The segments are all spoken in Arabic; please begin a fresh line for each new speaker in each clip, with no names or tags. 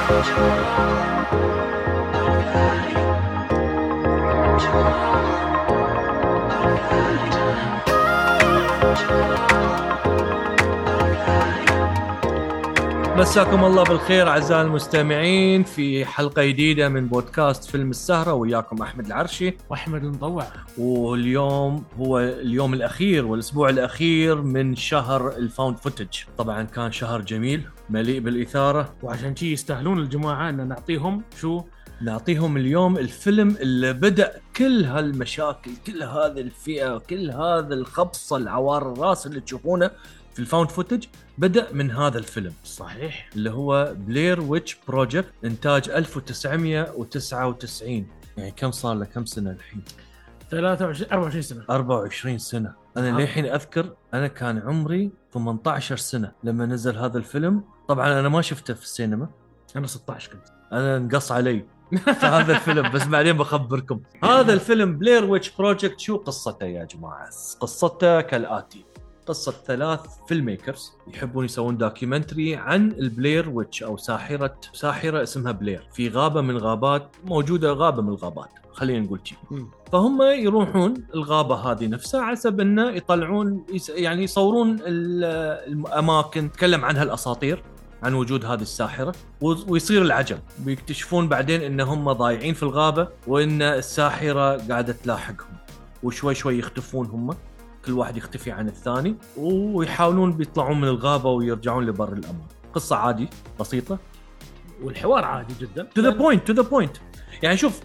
مساكم الله بالخير أعزائي المستمعين في حلقة جديدة من بودكاست فيلم السهرة، وياكم أحمد العرشي
وأحمد المطوع.
واليوم هو اليوم الأخير والأسبوع الأخير من شهر الفاوند فوتج. طبعا كان شهر جميل مليء بالإثارة،
وعشان شي يستاهلون الجماعة أن نعطيهم
اليوم الفيلم اللي بدأ كل هالمشاكل، كل هذه الفئة، كل هذا الخبصة العوار الراس اللي تشوفونه في الفاوند فوتج بدأ من هذا الفيلم.
صحيح،
اللي هو بلير ويتش بروجكت، إنتاج 1999. يعني كم صار له، كم سنة الحين؟
24 سنة.
24 سنة. أنا للحين أذكر أنا كان عمري 18 سنة لما نزل هذا الفيلم. طبعا أنا ما شفته في السينما،
أنا 16 كنت.
أنا انقص علي في هذا الفيلم، بس بعدين بخبركم. هذا الفيلم بلير ويتش بروجكت شو قصته يا جماعة؟ قصته كالآتي: قصة 3 فيلم ميكرز يحبون يسوون دوكيومنتري عن البلير ويتش أو ساحرة اسمها بلير في غابة من غابات، موجودة غابة من الغابات، خلينا نقول شيء. فهم يروحون الغابة هذه نفسها على سبب أنه يطلعون يعني يصورون الأماكن تكلم عنها الأساطير عن وجود هذه الساحرة، ويصير العجب بيكتشفون بعدين أنهم ضايعين في الغابة وأن الساحرة قاعدة تلاحقهم، وشوي شوي يختفون هم، كل واحد يختفي عن الثاني، ويحاولون بيطلعون من الغابة ويرجعون لبر الأمان. قصة عادي بسيطة،
والحوار عادي جدا
to the point. يعني شوف،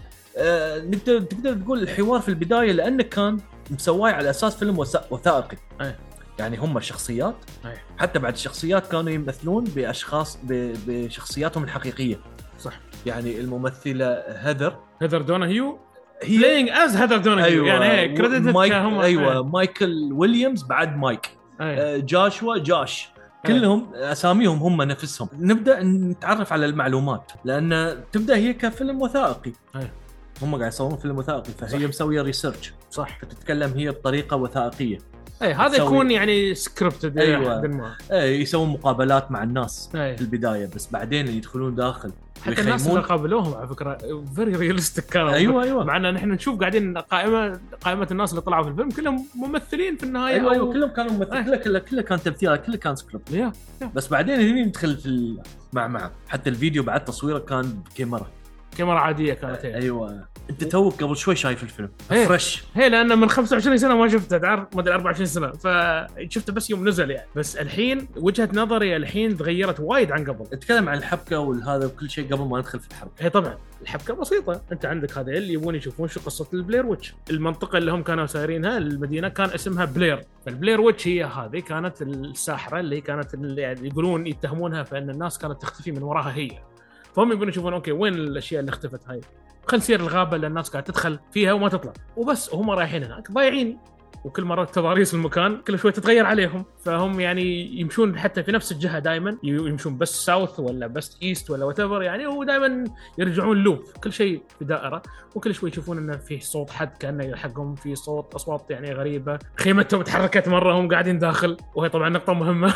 تقدر تقول الحوار في البداية لأنه كان مسواي على أساس فيلم وثائقي. يعني هم شخصيات، حتى بعد الشخصيات كانوا يمثلون بأشخاص بشخصياتهم الحقيقية.
صح.
يعني الممثلة هيذر
دوناهيو playing as هيذر دوناهيو.
أيوة.
يعني كريدت هم.
أيوة. مايكل ويليامز بعد مايك. جاشوا جاش. كلهم أساميهم هم نفسهم. نبدأ نتعرف على المعلومات، لأن تبدأ هي كفيلم وثائقي. هم قاعد يصورون فيلم وثائقي، فهي مسوية ريسيرش.
صح.
فتتكلم هي بطريقة وثائقية.
هذا يكون يعني سكريبتد.
أيوة. يسوون مقابلات مع الناس في البداية، بس بعدين يدخلون داخل
حتى الناس اللي قابلوهم على فكرة فيري رياليستيك كانوا.
أيوة.
مع أن نحن نشوف قاعدين قائمة الناس اللي طلعوا في الفيلم كلهم ممثلين في النهاية.
أيوة. كلهم كانوا ممثلين. كله كان تمثيل، كله كان سكريبت. بس بعدين هني ندخل في مع حتى الفيديو بعد تصويره كان كاميرا عادية كانت.
أيوة.
انت توك قبل شوي شايف الفيلم فريش.
لأنه من 25 سنة ما شفته، تعرف مدري 24 سنة، فشفته بس يوم نزل يعني. بس الحين وجهة نظري الحين تغيرت وايد عن قبل.
اتكلم عن الحبكة والهذا وكل شيء قبل ما ندخل في الحبكة.
طبعا الحبكة بسيطة. انت عندك هذا اللي يبون يشوفون شو قصة البلير ويتش. المنطقة اللي هم كانوا سايرينها، المدينة كان اسمها بلير. فالبلير ويتش هي هذه كانت الساحرة اللي كانت اللي يقولون يتهمونها فإن الناس كانت تختفي من وراها هي. فهم يبون يشوفون اوكي وين الاشياء اللي اختفت هاي، خلينا نسير الغابه اللي الناس قاعده تدخل فيها وما تطلع وبس، وهم رايحين هناك ضايعين، وكل مره تضاريس المكان كل شوي تتغير عليهم. فهم يعني يمشون حتى في نفس الجهه دائما، يمشون بس ساوث ولا بس ايست ولا واتيفر، يعني هو دائما يرجعون لوب، كل شيء في دائره، وكل شوي يشوفون انه في صوت حد كانه يلحقهم، في صوت اصوات يعني غريبه، خيمتهم تحركت مره هم قاعدين داخل، وهي طبعا نقطه مهمه.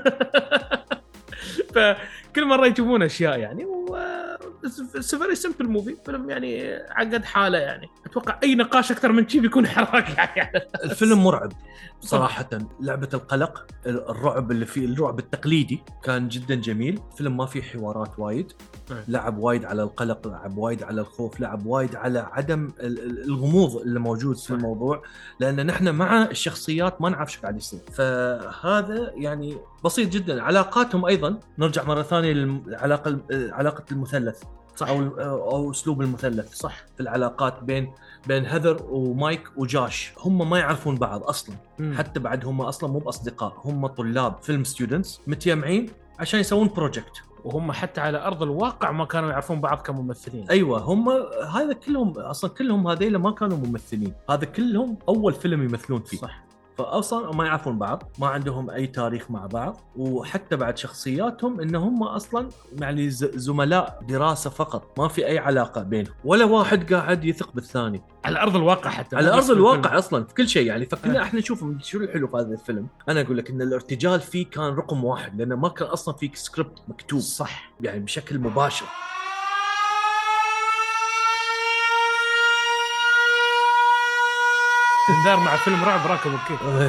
فكل مرة يشوفون أشياء يعني. سفري سيمبل موفي، فيلم يعني عقد حالة. يعني أتوقع أي نقاش أكثر من شيء بيكون حراك يعني.
الفيلم مرعب صراحة. لعبة القلق، الرعب اللي فيه، الرعب التقليدي كان جدا جميل. فيلم ما فيه حوارات وايد، لعب وايد على القلق، لعب وايد على الخوف، لعب وايد على عدم الغموض اللي موجود في الموضوع، لأن نحن مع الشخصيات ما نعرف شو قاعد يصير. فهذا يعني بسيط جدا. علاقاتهم أيضا نرجع مرة ثانية علاقة المثلث. صح. أو أسلوب المثلث.
صح.
في العلاقات بين هيذر ومايك وجاش، هم ما يعرفون بعض أصلا. حتى بعد هم أصلا مو بأصدقاء، هم طلاب فيلم ستودنتس متجمعين عشان يسوون بروجكت،
وهم حتى على أرض الواقع ما كانوا يعرفون بعض كممثلين.
أيوة. هم هذا كلهم أصلا كلهم هذيلا ما كانوا ممثلين، هذا كلهم أول فيلم يمثلون فيه.
صح.
فاصلا ما يعرفون بعض، ما عندهم اي تاريخ مع بعض، وحتى بعد شخصياتهم ان هم اصلا يعني زملاء دراسه فقط، ما في اي علاقه بينهم، ولا واحد قاعد يثق بالثاني
على ارض الواقع، حتى
على ارض الواقع اصلا في كل شيء يعني. فكنا احنا نشوف شو الحلو في هذا الفيلم، انا اقول لك ان الارتجال فيه كان رقم واحد، لانه ما كان اصلا في سكريبت مكتوب
صح
يعني بشكل مباشر.
دار مع فيلم رعب راكب الكيف.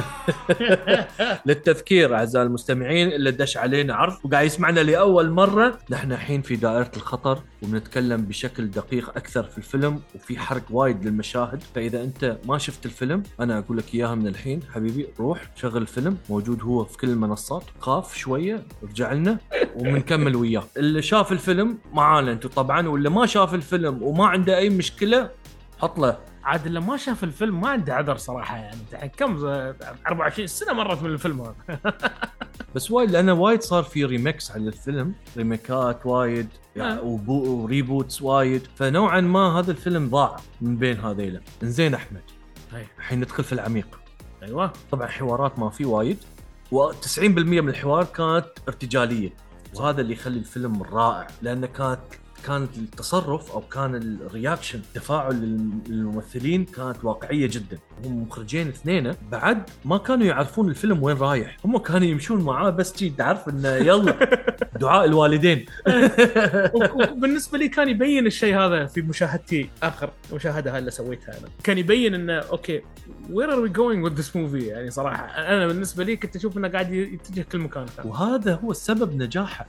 للتذكير اعزائي المستمعين اللي دش علينا عرض وقاعد يسمعنا لاول مره، نحن الحين في دائره الخطر وبنتكلم بشكل دقيق اكثر في الفيلم، وفي حرق وايد للمشاهد. فاذا انت ما شفت الفيلم انا اقول لك اياها من الحين حبيبي، روح شغل الفيلم، موجود هو في كل المنصات، خاف شويه ارجع لنا وبنكمل وياه. اللي شاف الفيلم معانا انتم طبعا، واللي ما شاف الفيلم وما عنده اي مشكله حط له.
عاد اللي ما شاف الفيلم ما عنده عذر صراحه يعني. كم 24 سنه مرت من الفيلم هذا.
بس وايد، لأنه وايد صار في ريميكس على الفيلم، ريميكات وايد يعني وريبوتس وايد، فنوعا ما هذا الفيلم ضاع من بين هذيلا. إنزين أحمد، الحين ندخل في العميق.
أيوة
طبعا حوارات ما في وايد، و90% من الحوار كانت ارتجالية، وهذا اللي يخلي الفيلم رائع، لأنه كانت التصرف او كان الرياكشن تفاعل الممثلين كانت واقعيه جدا. هم مخرجين اثنين بعد ما كانوا يعرفون الفيلم وين رايح، هم كانوا يمشون معاه بس تعرف انه يلا دعاء الوالدين.
وبالنسبه لي كان يبين الشيء هذا في مشاهدتي، اخر مشاهده هاي اللي سويتها انا، كان يبين انه اوكي where are we going with this movie يعني. صراحه انا بالنسبه لي كنت اشوف انه قاعد يتجه كل مكان كان.
وهذا هو السبب نجاحه.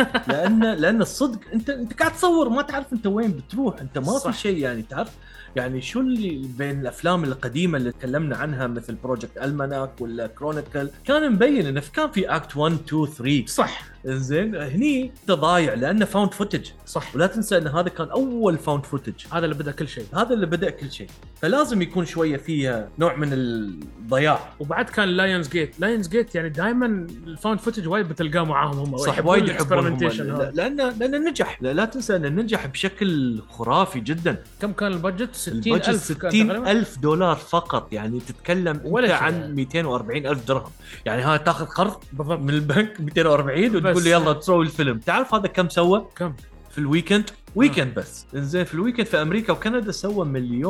لان الصدق انت قاعد تصور ما تعرف انت وين بتروح، انت ما في شيء يعني تعرف يعني شو اللي بين الافلام القديمه اللي تكلمنا عنها مثل بروجكت الماناك ولا كرونيكل، كان مبين انه كان في اكت 1 2 3
صح.
زين هني انت ضايع لانه فاوند فوتج
صح،
ولا تنسى ان هذا كان اول فاوند فوتج،
هذا اللي بدا كل شيء،
هذا اللي بدا كل شيء، فلازم يكون شويه فيها نوع من الضياع.
وبعد كان لايونز جيت يعني دائما الفاوند فوتج وايد بتلقاه معاهم هم،
صح وايد يحبون لان نجح، لا تنسى انه نجح بشكل خرافي جدا.
كم كان البادجت؟
60,000 دولار فقط، يعني تتكلم انت عن 240,000 درهم، يعني هاي تاخذ قرض
بالضبط
من البنك 240 وتقول لي يلا تسوي الفيلم. تعرف هذا كم سوى؟
كم
في الويكند؟ ويكند بس انزين في الويكند في امريكا وكندا سوى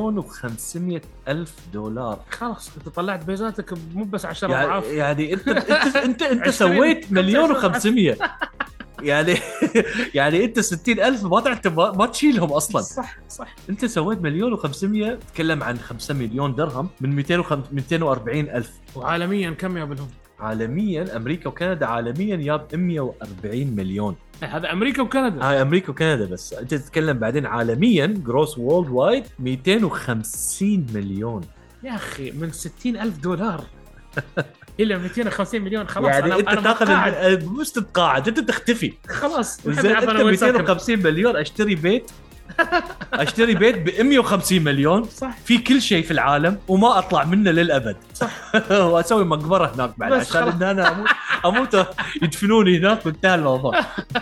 1,500,000 دولار.
خلاص انت طلعت بيزاتك مو بس 10 اضعاف
يعني انت سويت 1,500,000 يعني يعني انت 60,000 ما تشيلهم اصلا.
صح
انت سويت 1,500,000، تتكلم عن 5 مليون درهم من 240,000.
وعالميا كم يابلهم؟
عالميا امريكا وكندا عالميا ياب 140 مليون.
هذا امريكا وكندا،
هاي امريكا وكندا بس، انت تتكلم بعدين عالميا جروس وورلد وايد 250 مليون.
يا اخي من 60,000 دولار الى 250 مليون خلاص.
يعني انت تاخذ مش تتقاعد، انت تختفي
خلاص.
انت 250 مليون اشتري بيت ب 150 مليون
صح،
في كل شيء في العالم وما اطلع منه للابد
صح.
واسوي مقبره هناك بعد عشان ان انا اموت يدفنوني هناك وانتهى الموضوع.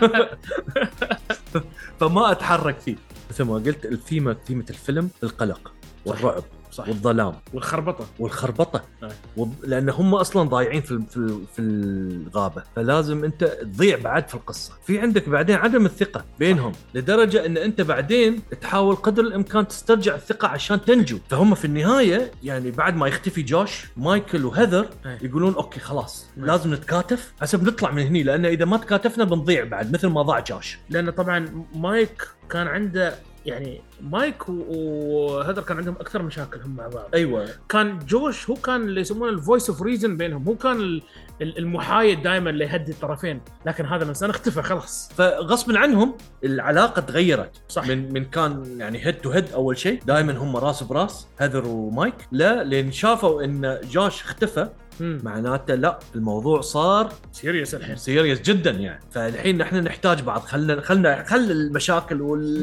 فما اتحرك فيه. مثل ما قلت الثيمه الفيلم القلق والرعب
صح.
والظلام والخربطه لان هم اصلا ضايعين في الغابه، فلازم انت تضيع بعد في القصه. في عندك بعدين عدم الثقه بينهم لدرجه ان انت بعدين تحاول قدر الامكان تسترجع الثقه عشان تنجو. فهم في النهايه يعني بعد ما يختفي جوش، مايكل وهيذر يقولون اوكي خلاص لازم نتكاتف حسب نطلع من هني، لان اذا ما تكاتفنا بنضيع بعد مثل ما ضاع جوش.
لان طبعا مايك كان عنده يعني مايك وهذا كان عندهم اكثر مشاكل هم مع بعض.
ايوه
كان جوش هو كان اللي يسمونه الفويس اوف ريزن بينهم، هو كان المحايد دائما اللي يهدي الطرفين، لكن هذا الانسان اختفى خلاص.
فغصب عنهم العلاقه تغيرت
صح.
من كان يعني هيد تو هيد اول شيء دائما هم راس براس هذر ومايك، لا لين شافوا ان جوش اختفى معناته لا الموضوع صار
سيريس الحين،
سيريس جدا يعني. فالحين نحن نحتاج بعض، خلنا المشاكل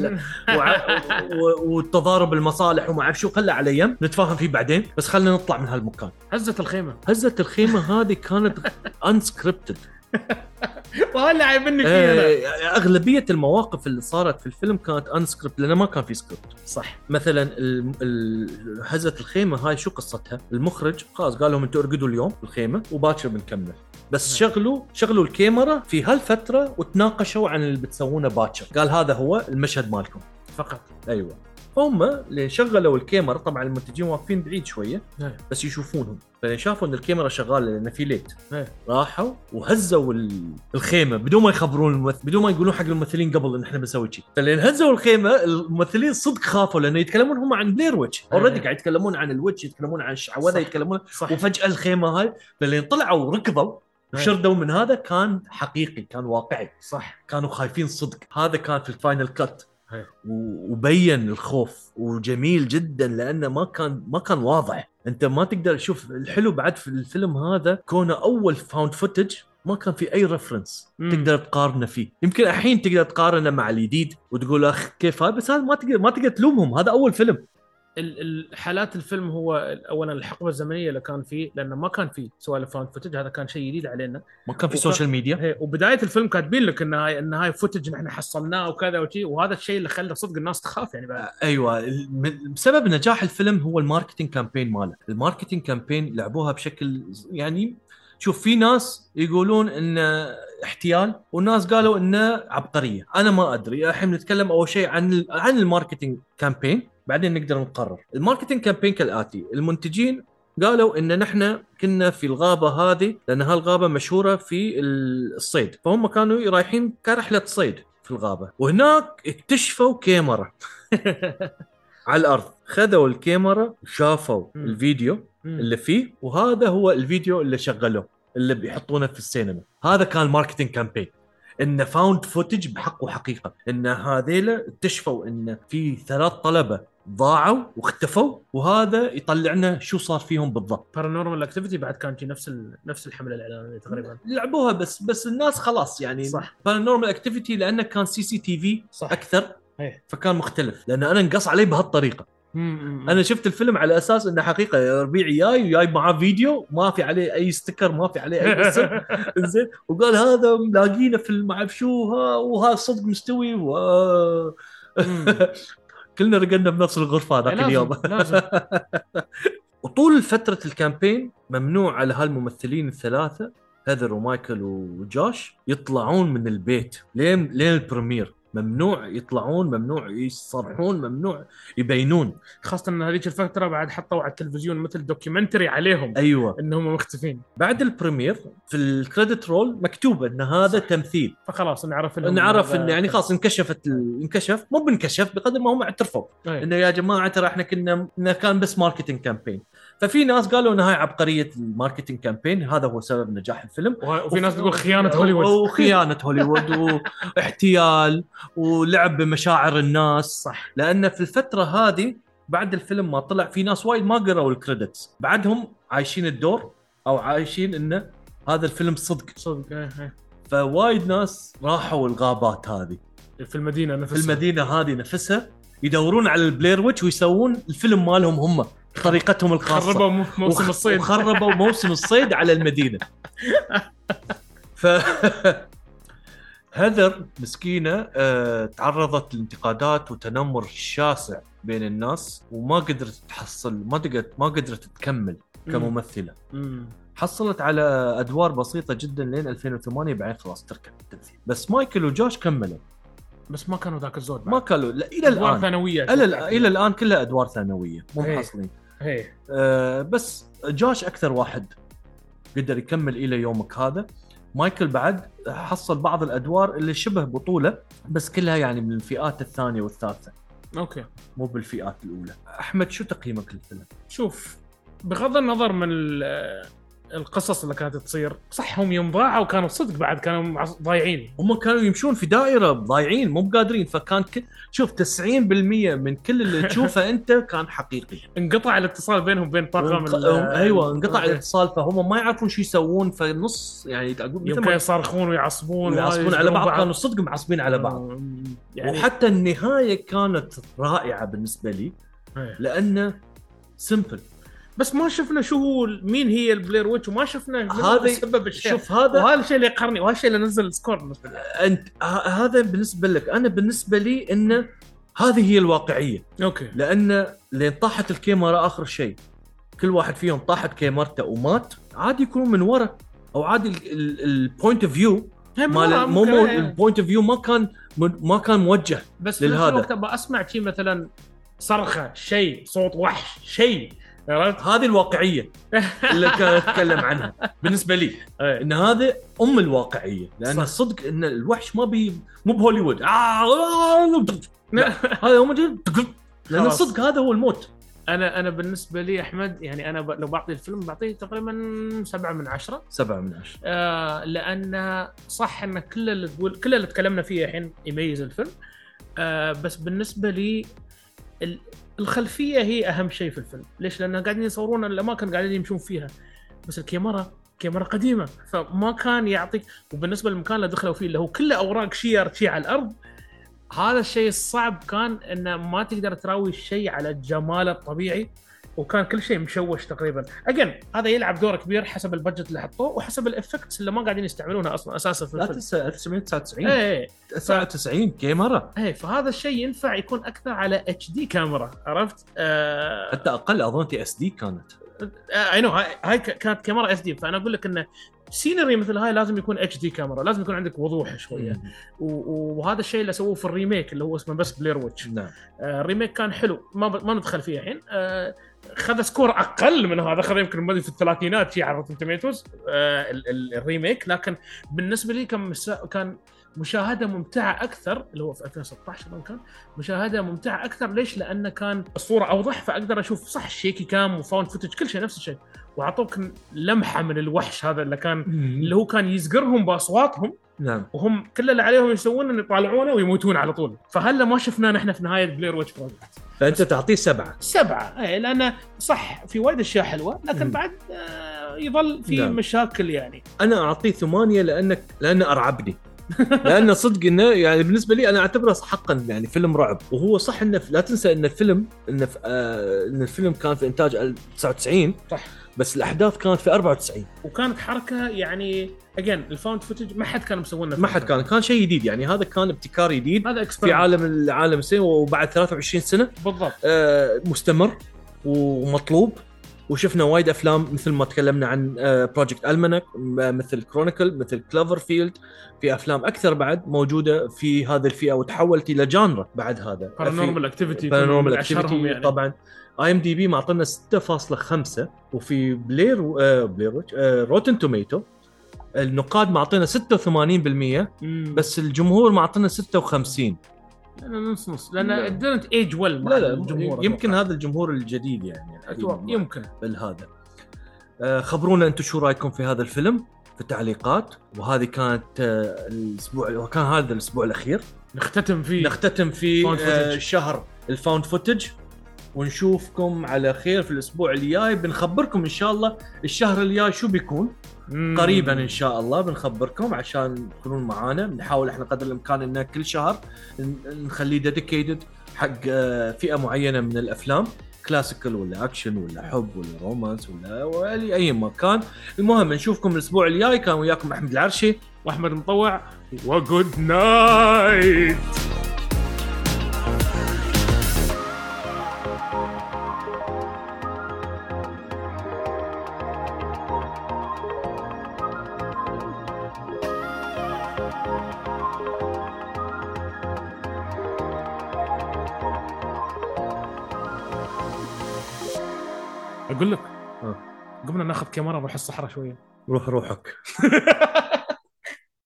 والتضارب المصالح وما اعرف شو خلى على يم نتفاهم فيه بعدين، بس خلنا نطلع من هالمكان.
هزة الخيمه
هذه كانت unscripted
وهلا عيبني فيه أنا.
اغلبيه المواقف اللي صارت في الفيلم كانت انسكريبت لانه ما كان في سكريبت.
صح.
مثلا هزه الخيمه هاي شو قصتها؟ المخرج خلاص قال لهم انتوا ارقدوا اليوم في الخيمه وباكر بنكمل، بس شغلوا الكاميرا في هالفتره وتناقشوا عن اللي بتسوونه باكر. قال هذا هو المشهد مالكم
فقط.
ايوه. هم اللي شغلوا الكاميرا، طبعا المنتجين واقفين بعيد شويه بس يشوفونهم، فلما شافوا ان الكاميرا شغاله لان في ليت راحوا وهزوا الخيمه بدون ما يخبرون بدون ما يقولون حق الممثلين قبل ان احنا بنسوي شيء. فلين هزوا الخيمه الممثلين صدق خافوا لانه يتكلمون هم عن بلير ويتش اوريدي، قاعد يتكلمون عن الويتش، يتكلمون عن الشعوذه، يتكلمون وفجاه الخيمه هاي فلين طلعوا وركضوا وشردوا من هذا كان حقيقي، كان واقعي.
صح.
كانوا خايفين صدق. هذا كان في الفاينل كات وبين الخوف وجميل جدا لانه ما كان واضح. انت ما تقدر تشوف الحلو بعد في الفيلم هذا كونه اول فاوند فوتج، ما كان في اي ريفرنس تقدر تقارنه فيه. يمكن الحين تقدر تقارنه مع الجديد وتقول اخ كيف هذا، بس هذا ما تقدر تلومهم، هذا اول فيلم.
الحالات الفيلم هو اولا الحقبه الزمنيه اللي كان فيه، لانه ما كان فيه سوالف فاوند فوتج، هذا كان شيء جديد علينا،
ما كان في سوشيال ميديا.
وبدايه الفيلم كاتبين لك ان هاي فوتج نحن حصلناه وكذا وشيء، وهذا الشيء اللي خلى صدق الناس تخاف يعني بعد.
ايوه، بسبب نجاح الفيلم هو الماركتينج كامبين ماله. الماركتينج كامبين لعبوها بشكل يعني شوف، في ناس يقولون انه احتيال وناس قالوا انه عبقريه. انا ما ادري، الحين نتكلم اول شيء عن الماركتينج كامبين بعدين نقدر نقرر. الماركتينج كامبين كالاتي: المنتجين قالوا ان نحن كنا في الغابه هذه لان هالغابه مشهوره في الصيد، فهم كانوا رايحين كرحله صيد في الغابه، وهناك اكتشفوا كاميرا على الارض. خذوا الكاميرا وشافوا الفيديو اللي فيه، وهذا هو الفيديو اللي شغلوه اللي بيحطونه في السينما. هذا كان ماركتينج كامبين، ان فاوند فوتج بحق وحقيقه، ان هذيلا اكتشفوا ان في 3 طلبه ضاعوا واختفوا، وهذا يطلعنا شو صار فيهم بالضبط.
بارانورمال اكتيفيتي بعد كان في نفس الحمله الاعلانيه تقريبا
لعبوها، بس الناس خلاص يعني. بارانورمال اكتيفيتي لانه كان CCTV اكثر فكان مختلف، لان انا انقص عليه بهالطريقه. انا شفت الفيلم على اساس انه حقيقه ربيعي جاي معاه فيديو ما في عليه اي ستيكر، ما في عليه اي اسم زين، وقال هذا ملاقينه في ما اعرف شو وهذا صدق مستوي كلنا رقدنا بنفس الغرفه ذاك اليوم.
لازم.
وطول فتره الكامبين ممنوع على هالممثلين الثلاثه هيثر ومايكل وجوش يطلعون من البيت لين البريمير. ممنوع يطلعون، ممنوع يصرحون، ممنوع يبينون،
خاصة ان هذيك الفترة بعد حطوا على التلفزيون مثل دوكيومنتري عليهم.
ايوه
انهم مختفين.
بعد البريمير في الكريدت رول مكتوب ان هذا تمثيل،
فخلاص نعرف
ان يعني خلاص انكشف مو بنكشف بقدر ما هم اعترفوا انه يا جماعه ترى احنا كان بس ماركتينج كامبين. ففي ناس قالوا ان هاي عبقريه الماركتينج كامبين، هذا هو سبب نجاح الفيلم.
وفي ناس تقول خيانه هوليوود
وخيانه هوليوود واحتيال ولعب بمشاعر الناس.
صح.
لان في الفتره هذه بعد الفيلم ما طلع في ناس وايد ما قرأوا الكريدتس، بعدهم عايشين الدور او عايشين انه هذا الفيلم صدق. فوايد ناس راحوا الغابات هذه
في المدينه نفسها،
في المدينه هذه نفسها يدورون على البلير ويتش ويسوون الفيلم مالهم هم بطريقتهم الخاصه.
خربوا موسم الصيد
وخربوا موسم الصيد على المدينه. هيثر مسكينه تعرضت لانتقادات وتنمر شاسع بين الناس وما قدرت تحصل، ما قدرت تكمل كممثله. حصلت على ادوار بسيطه جدا لين 2008 بعدين خلاص تركت التمثيل. بس مايكل وجوش كملوا،
بس ما كانوا ذاك الزود
ما كانوا الى الان
ثانويه
الى الان كلها ادوار ثانويه مو محصلين. بس جوش اكثر واحد قدر يكمل الى يومك هذا. مايكل بعد حصل بعض الادوار اللي شبه بطوله بس كلها يعني من الفئات الثانيه والثالثه،
اوكي
مو بالفئات الاولى. احمد شو تقييمك للفيلم؟
شوف، بغض النظر من القصص اللي كانت تصير، صح هم يوم ضاعوا كانوا صدق بعد كانوا ضايعين،
هم كانوا يمشون في دائره ضايعين مو قادرين. فكان شوف 90% من كل اللي تشوفه انت كان حقيقي.
انقطع الاتصال بينهم بين طاقم
ايوه انقطع الاتصال، فهم ما يعرفون شو يسوون. فنص يعني
يمكن يصرخون ويعصبون
على بعض. كانوا صدق معصبين على بعض يعني. وحتى النهايه كانت رائعه بالنسبه لي لانه سمبل.
بس ما شفنا شو هو مين هي البلاير ويتش، وما شفنا
هذا
سبب الشيء.
شوف هذا
وهذا الشيء اللي يقهرني، وهذا الشيء اللي نزل السكور بالنسبه لي.
انت هذا بالنسبه لك، انا بالنسبه لي ان هذه هي الواقعيه.
اوكي.
لان لين طاحت الكاميرا اخر شيء، كل واحد فيهم طاحت كاميرته ومات، عادي يكون من ورا، او عادي البوينت اوف فيو مال البوينت اوف فيو ما كان موجه
بس
لهذا.
في الوقت ابغى اسمع شيء مثلا صرخه، شيء صوت وحش، شيء، عرفت؟
هذه الواقعيه اللي كان اتكلم عنها بالنسبه لي، ان هذا الواقعيه. لان
صح.
الصدق ان الوحش مو بهوليوود هذا هو لان الصدق هذا هو الموت.
انا بالنسبه لي احمد، يعني انا لو بعطي الفيلم بعطيه تقريبا 7 من 10.
7 من 10.
لان صح ان كل اللي تكلمنا فيه الحين يميز الفيلم، بس بالنسبه لي الخلفيه هي اهم شيء في الفيلم. ليش؟ لان قاعدين يصورون الاماكن قاعدين يمشون فيها، بس الكاميرا قديمه، فما كان يعطيك. وبالنسبه للمكان اللي دخلوا فيه اللي هو كله اوراق شير على الارض، هذا الشيء الصعب كان انه ما تقدر تراوي الشيء على جماله الطبيعي، وكان كل شيء مشوش تقريبا. اجين هذا يلعب دور كبير حسب البادجت اللي حطوه وحسب الافكتس اللي ما قاعدين يستعملونها اصلا اساسا في الفيلم.
1999
ايه
99 كاميرا.
فهذا الشيء ينفع يكون اكثر على اتش دي كاميرا، عرفت؟
حتى اقل اظن تي اس دي كانت.
اي نو هاي كانت كاميرا اس دي. فانا اقول لك انه سينري مثل هاي لازم يكون اتش دي كاميرا، لازم يكون عندك وضوح شويه. وهذا الشيء اللي سووه في الريميك اللي هو اسمه بس بلاير ويتش.
نعم. الريميك
كان حلو، ما ندخل فيه الحين. خذ سكور اقل من هذا، خذ يمكن مدري في الثلاثينات شيء على روتن توميتوز الريميك. لكن بالنسبه لي كان مشاهده ممتعه اكثر، اللي هو في 2016 كان مشاهده ممتعه اكثر. ليش؟ لانه كان الصوره اوضح، فاقدر اشوف صح شيكي كام وفاوند فوتج كل شيء نفس الشيء. وعطوك لمحه من الوحش هذا اللي هو كان يزقرهم باصواتهم.
نعم.
وهم كل اللي عليهم يسوون ان يطالعونه ويموتون على طول. فهلا ما شفناه نحن في نهايه بلاير ويتش بروجكت.
فانت تعطيه 7.
لانه صح في وايد اشياء حلوه، لكن بعد يظل في مشاكل. يعني
انا اعطيه 8 لانه ارعبني. لأن صدق إنه يعني بالنسبة لي أنا أعتبره حقا يعني فيلم رعب. وهو صح إنه لا تنسى إن الفيلم كان في إنتاج 99 صح، بس الأحداث كانت في 94
وكانت حركة يعني أجين الفاوند فوتج ما حد كان مسوونه،
ما حد كان شيء جديد. يعني هذا كان ابتكار جديد في عالم السينما، وبعد 23 سنة
بالضبط
مستمر ومطلوب. وشفنا وايد افلام مثل ما تكلمنا عن بروجكت المنك، مثل كرونيكل، مثل كلوفرفيلد. في افلام اكثر بعد موجوده في هذه الفئه، وتحولت الى جانرا بعد هذا.
بارانورمال اكتيفيتي
يعني طبعا IMDb معطينا 6.5، وفي بلاير روتن توميتو النقاد معطينا 86%، بس الجمهور معطينا 56.
نص لأن didn't age well مع الجمهور.
يمكن هذا الجمهور الجديد يعني
يمكن
بالهذا. خبرونا أنتم شو رأيكم في هذا الفيلم في التعليقات. وهذه كانت الأسبوع، وكان هذا الأسبوع الأخير نختتم في شهر الفاوند فوتج. ونشوفكم على خير في الأسبوع الجاي. بنخبركم إن شاء الله الشهر الجاي شو بيكون قريبا إن شاء الله. بنخبركم عشان تكونون معانا. بنحاول إحنا قدر الإمكان إن كل شهر نخليه ديديكيتد حق فئة معينة من الأفلام، كلاسيكال ولا أكشن ولا حب ولا رومانس ولا أي مكان. المهم نشوفكم الأسبوع الجاي. كان وياكم أحمد العرشي
وأحمد مطوع، وجود نايت. أقول لك قمنا ناخذ كاميرا نروح الصحراء شوية.
روحك